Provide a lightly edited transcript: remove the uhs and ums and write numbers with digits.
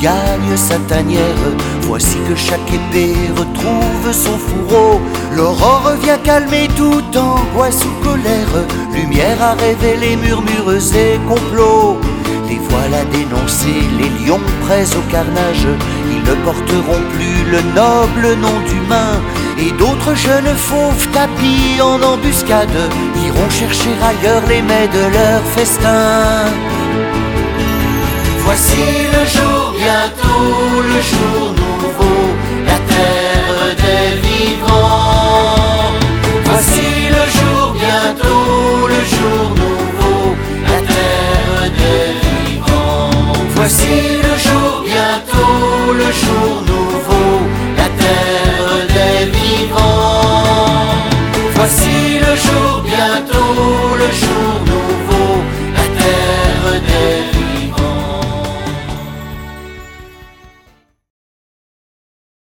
gagne sa tanière. Voici que chaque épée retrouve son fourreau. L'aurore vient calmer toute angoisse ou colère. Lumière à révéler murmures et complots. Les voilà dénoncés, les lions prêts au carnage. Ils ne porteront plus le noble nom d'humain. Et d'autres jeunes fauves tapis en embuscade iront chercher ailleurs les mets de leur festin. Voici le jour, bientôt le jour nous